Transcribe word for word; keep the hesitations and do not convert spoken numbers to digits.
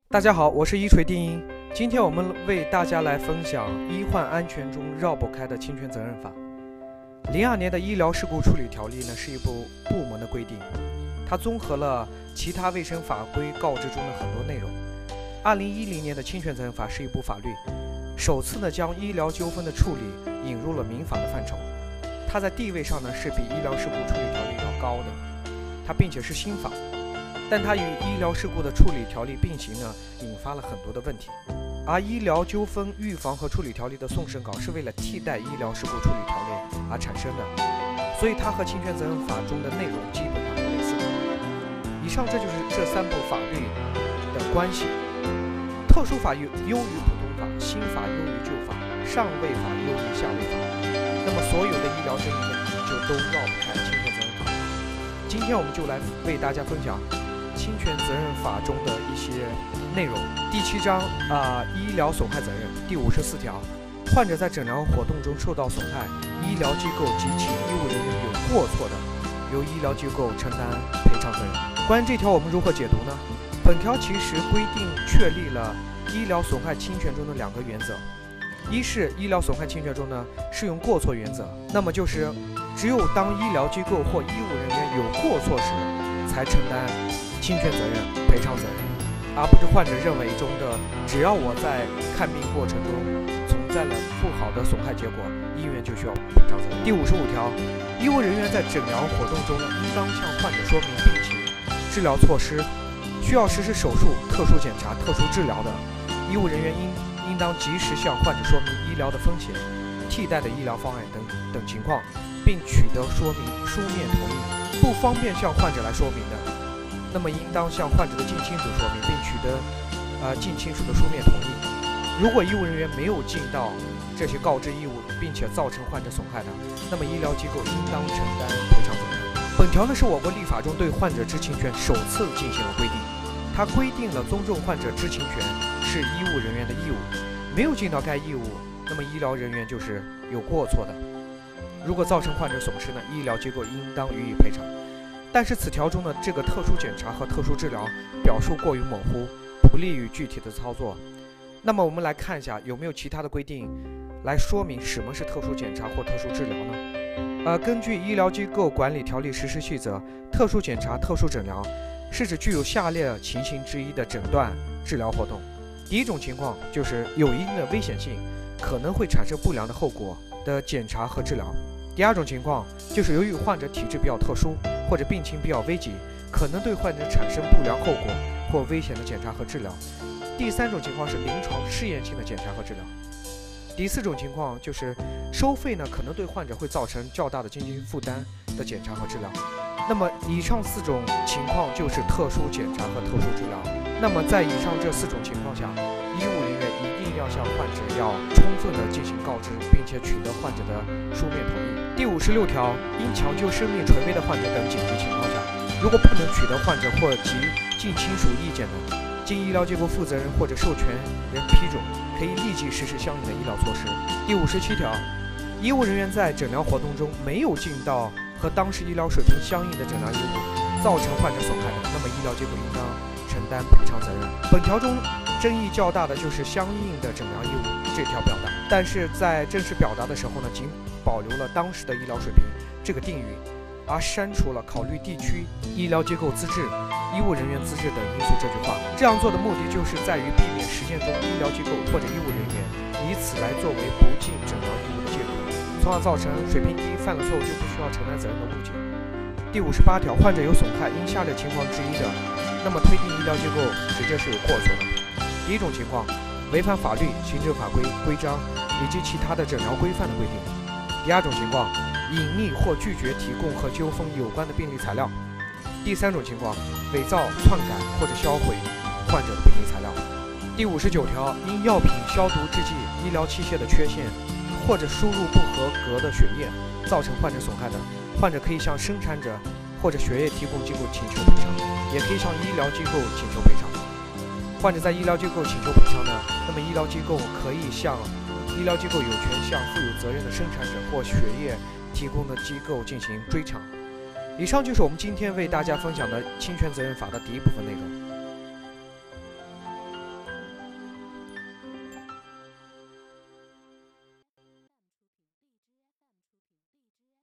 大家好，我是一锤定音。今天我们为大家来分享医患安全中绕不开的侵权责任法。零二年的医疗事故处理条例呢，是一部部门的规定，它综合了其他卫生法规告知中的很多内容。二零一零年的侵权责任法是一部法律，首次呢将医疗纠纷的处理引入了民法的范畴。它在地位上呢是比医疗事故处理条例要高的，它并且是新法。但它与医疗事故的处理条例并行呢，引发了很多的问题。而医疗纠纷预防和处理条例的送审稿是为了替代医疗事故处理条例而产生的，所以它和侵权责任法中的内容基本上是类似的。以上这就是这三部法律的关系。特殊法优于普通法，新法优于旧法，上位法优于下位法。那么所有的医疗争议问题就都绕不开侵权责任法。今天我们就来为大家分享侵权责任法中的一些内容。第七章啊、呃，医疗损害责任。第五十四条，患者在诊疗活动中受到损害，医疗机构及其医务人员有过错的，由医疗机构承担赔偿责任。关于这条我们如何解读呢？本条其实规定确立了医疗损害侵权中的两个原则，一是医疗损害侵权中呢适用过错原则，那么就是只有当医疗机构或医务人员有过错时才承担侵权责任、赔偿责任，而不是患者认为中的只要我在看病过程中存在了不好的损害结果，医院就需要赔偿责任。第五十五条，医务人员在诊疗活动中呢，应当向患者说明病情、治疗措施，需要实施手术、特殊检查、特殊治疗的，医务人员应应当及时向患者说明医疗的风险、替代的医疗方案等等情况，并取得说明书面同意。不方便向患者来说明的，那么应当向患者的近亲属说明，并取得呃近亲属的书面同意。如果医务人员没有尽到这些告知义务，并且造成患者损害的，那么医疗机构应当承担赔偿责任。本条呢是我国立法中对患者知情权首次进行了规定，它规定了尊重患者知情权是医务人员的义务，没有尽到该义务，那么医疗人员就是有过错的。如果造成患者损失呢，医疗机构应当予以赔偿。但是此条中的这个特殊检查和特殊治疗表述过于模糊，不利于具体的操作。那么我们来看一下有没有其他的规定来说明什么是特殊检查或特殊治疗呢？呃，根据医疗机构管理条例实施细则，特殊检查、特殊诊疗是指具有下列情形之一的诊断治疗活动。第一种情况就是有一定的危险性，可能会产生不良的后果的检查和治疗。第二种情况就是由于患者体质比较特殊，或者病情比较危急，可能对患者产生不良后果或危险的检查和治疗。第三种情况是临床试验性的检查和治疗。第四种情况就是收费呢可能对患者会造成较大的经济负担的检查和治疗。那么以上四种情况就是特殊检查和特殊治疗。那么在以上这四种情况下，医务人员一定要向患者要充分的进行告知，并且取得患者的书面同意。第五十六条，因抢救生命垂危的患者等紧急情况下，如果不能取得患者或其近亲属意见的，经医疗机构负责人或者授权人批准，可以立即实施相应的医疗措施。第五十七条，医务人员在诊疗活动中没有尽到和当时医疗水平相应的诊疗义务，造成患者损害的，那么医疗机构应当承担赔偿责任。本条中争议较大的就是相应的诊疗义务这条表达，但是在正式表达的时候呢，仅保留了当时的医疗水平这个定语，而删除了考虑地区、医疗机构资质、医务人员资质等因素这句话。这样做的目的就是在于避免实践中医疗机构或者医务人员以此来作为不尽诊疗义务的借口，从而造成水平低、犯了错误就不需要承担责任的误解。第五十八条，患者有损害因下列情况之一的，那么推定医疗机构直接是有过错的。第一种情况，违反法律、行政法规、规章以及其他的诊疗规范的规定。第二种情况，隐匿或拒绝提供和纠纷有关的病历材料。第三种情况，伪造、篡改或者销毁患者的病历材料。第五十九条，因药品、消毒制剂、医疗器械的缺陷或者输入不合格的血液造成患者损害的，患者可以向生产者或者血液提供机构请求赔偿，也可以向医疗机构请求赔偿。患者在医疗机构请求赔偿呢，那么医疗机构可以向医疗机构有权向负有责任的生产者或血液提供的机构进行追偿。以上就是我们今天为大家分享的侵权责任法的第一部分内容。